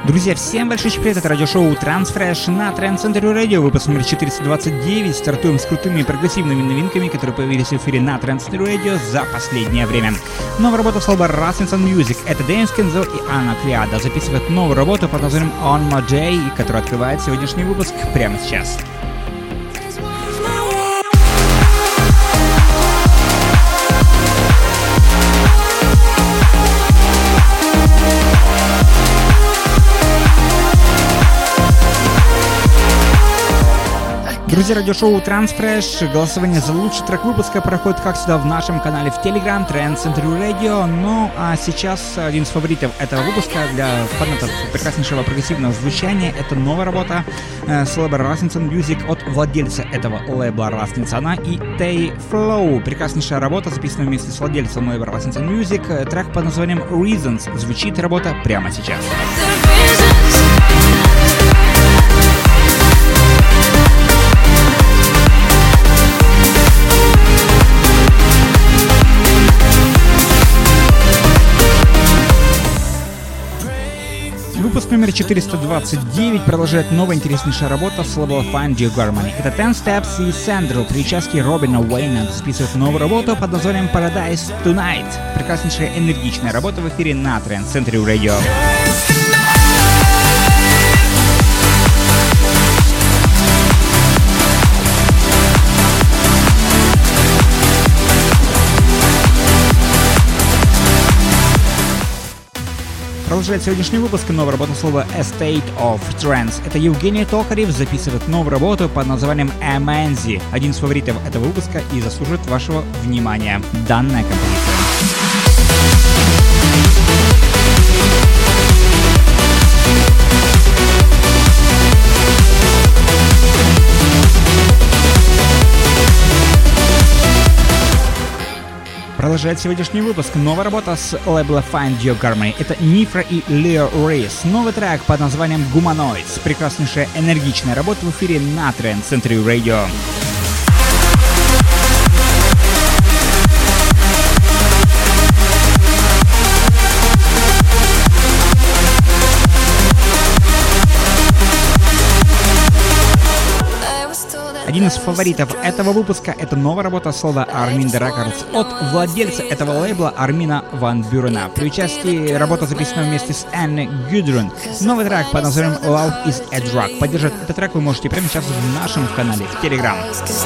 Друзья, всем большой привет, это радиошоу Transfresh на Trend Center Radio, выпуск номер 429. Стартуем с крутыми прогрессивными новинками, которые появились в эфире на Trend Center Radio за последнее время. Новая работа с лейбла Rasmussen Music, это Дэнс Кензо и Анна Криада записывают новую работу под названием On My Day, которая открывает сегодняшний выпуск прямо сейчас. Друзья, радиошоу Transfresh, голосование за лучший трек выпуска проходит, как всегда, в нашем канале в Telegram Trend Center Radio. Ну а сейчас один из фаворитов этого выпуска для фанатов прекраснейшего прогрессивного звучания — это новая работа с лейбла Rasmussen Music от владельца этого лейбла Rasmussen и Tay Flow. Прекраснейшая работа, записанная вместе с владельцем лейбла Rasmussen Music. Трек под названием Reasons. Звучит работа прямо сейчас. Выпуск номер 429 продолжает новая интереснейшая работа с лейбла Find Your Harmony. Это Ten Steps и Sandro при участии Робина Уэйна записывают новую работу под названием Paradise Tonight. Прекраснейшая энергичная работа в эфире на Trend Center Radio. Продолжает сегодняшний выпуск новая работа слова A State of Trance. Это Евгений Токарев записывает новую работу под названием Amanzi. Один из фаворитов этого выпуска и заслужит вашего внимания данная композиция. Продолжает сегодняшний выпуск новая работа с лейбла Find Your Harmony. Это Нифра и Leo Reis. Новый трек под названием Gumanoids. Прекраснейшая энергичная работа в эфире на Trend Center Radio. Один из фаворитов этого выпуска — это новая работа слова Armin the Records от владельца этого лейбла Армина Ван Бюрена. При участии работа записана вместе с Анной Гюдрун. Новый трек под названием Love is a Drug. Поддержать этот трек вы можете прямо сейчас в нашем канале в Telegram.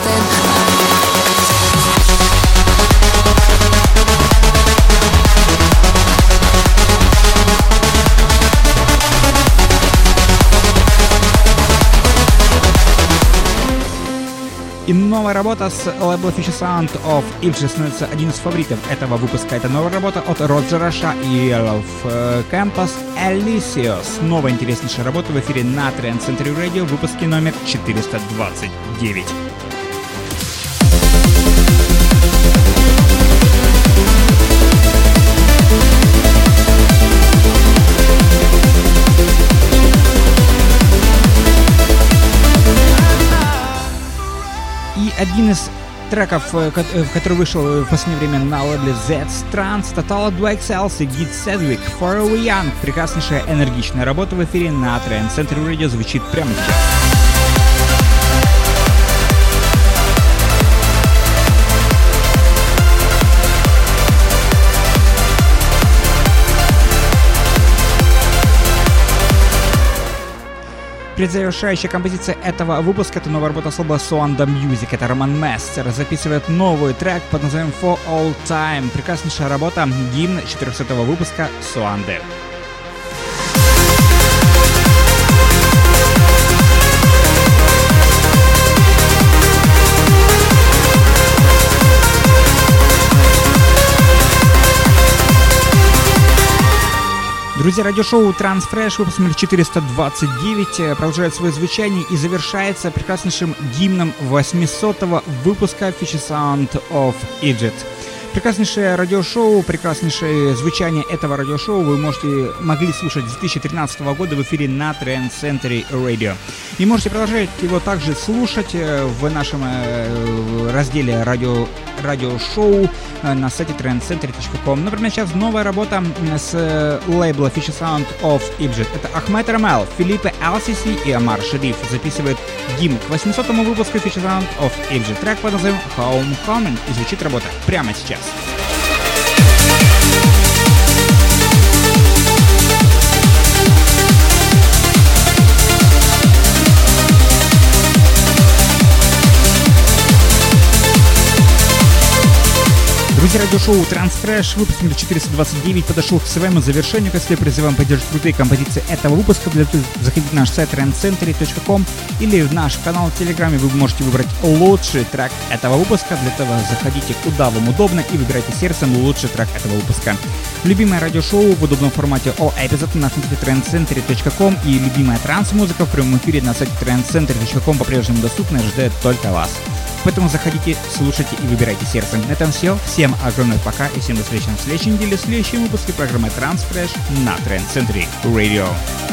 И новая работа с лейбла Future Sound of Ipswich становится один из фаворитов этого выпуска. Это новая работа от Роджера Ша и Elf Campus Elysios. Новая интереснейшая работа в эфире на Trend Center Radio в выпуске номер 429. Один из треков, который вышел в последнее время на лейбле Z-Trans, Total Black Cells и Git Sedgwick, Forever Young. Прекраснейшая энергичная работа в эфире на Trend Center Radio звучит прямо сейчас. Предзавершающая композиция этого выпуска — это новая работа слова Suanda Music. Это Роман Местер записывает новый трек под названием For All Time. Прекраснейшая работа, гимн 400-го выпуска Суанды. Друзья, радиошоу Transfresh, выпуск номер 429, продолжает свое звучание и завершается прекраснейшим гимном 800-го выпуска Future Sound of Egypt. Прекраснейшее радиошоу, прекраснейшее звучание этого радиошоу вы могли слушать с 2013 года в эфире на Trend Century Radio. И можете продолжать его также слушать в нашем разделе радиошоу на сайте trendcentury.com. Например, сейчас новая работа с лейбла Future Sound of Egypt. Это Ахмед Рамел, Филиппе LCC и Амар Шериф записывают гимн к 800-му выпуску Future Sound of Egypt. Трек под названием Homecoming, и звучит работа прямо сейчас. Друзья, радиошоу Transfresh, выпуск номер 429 подошел к своему завершению. Как всегда, призываем поддерживать крутые композиции этого выпуска. Для этого заходите на наш сайт trendcentury.com или в наш канал в Телеграме. Вы можете выбрать лучший трек этого выпуска. Для этого заходите куда вам удобно и выбирайте сердцем лучший трек этого выпуска. Любимое радиошоу в удобном формате All Episodes на сайте trendcentury.com и любимая транс-музыка в прямом эфире на сайте trendcentury.com по-прежнему доступна и ждет только вас. Поэтому заходите, слушайте и выбирайте сердцем. На этом все. Всем огромное пока и всем до встречи на следующей неделе в следующем выпуске программы Transfresh на Trend Century Radio.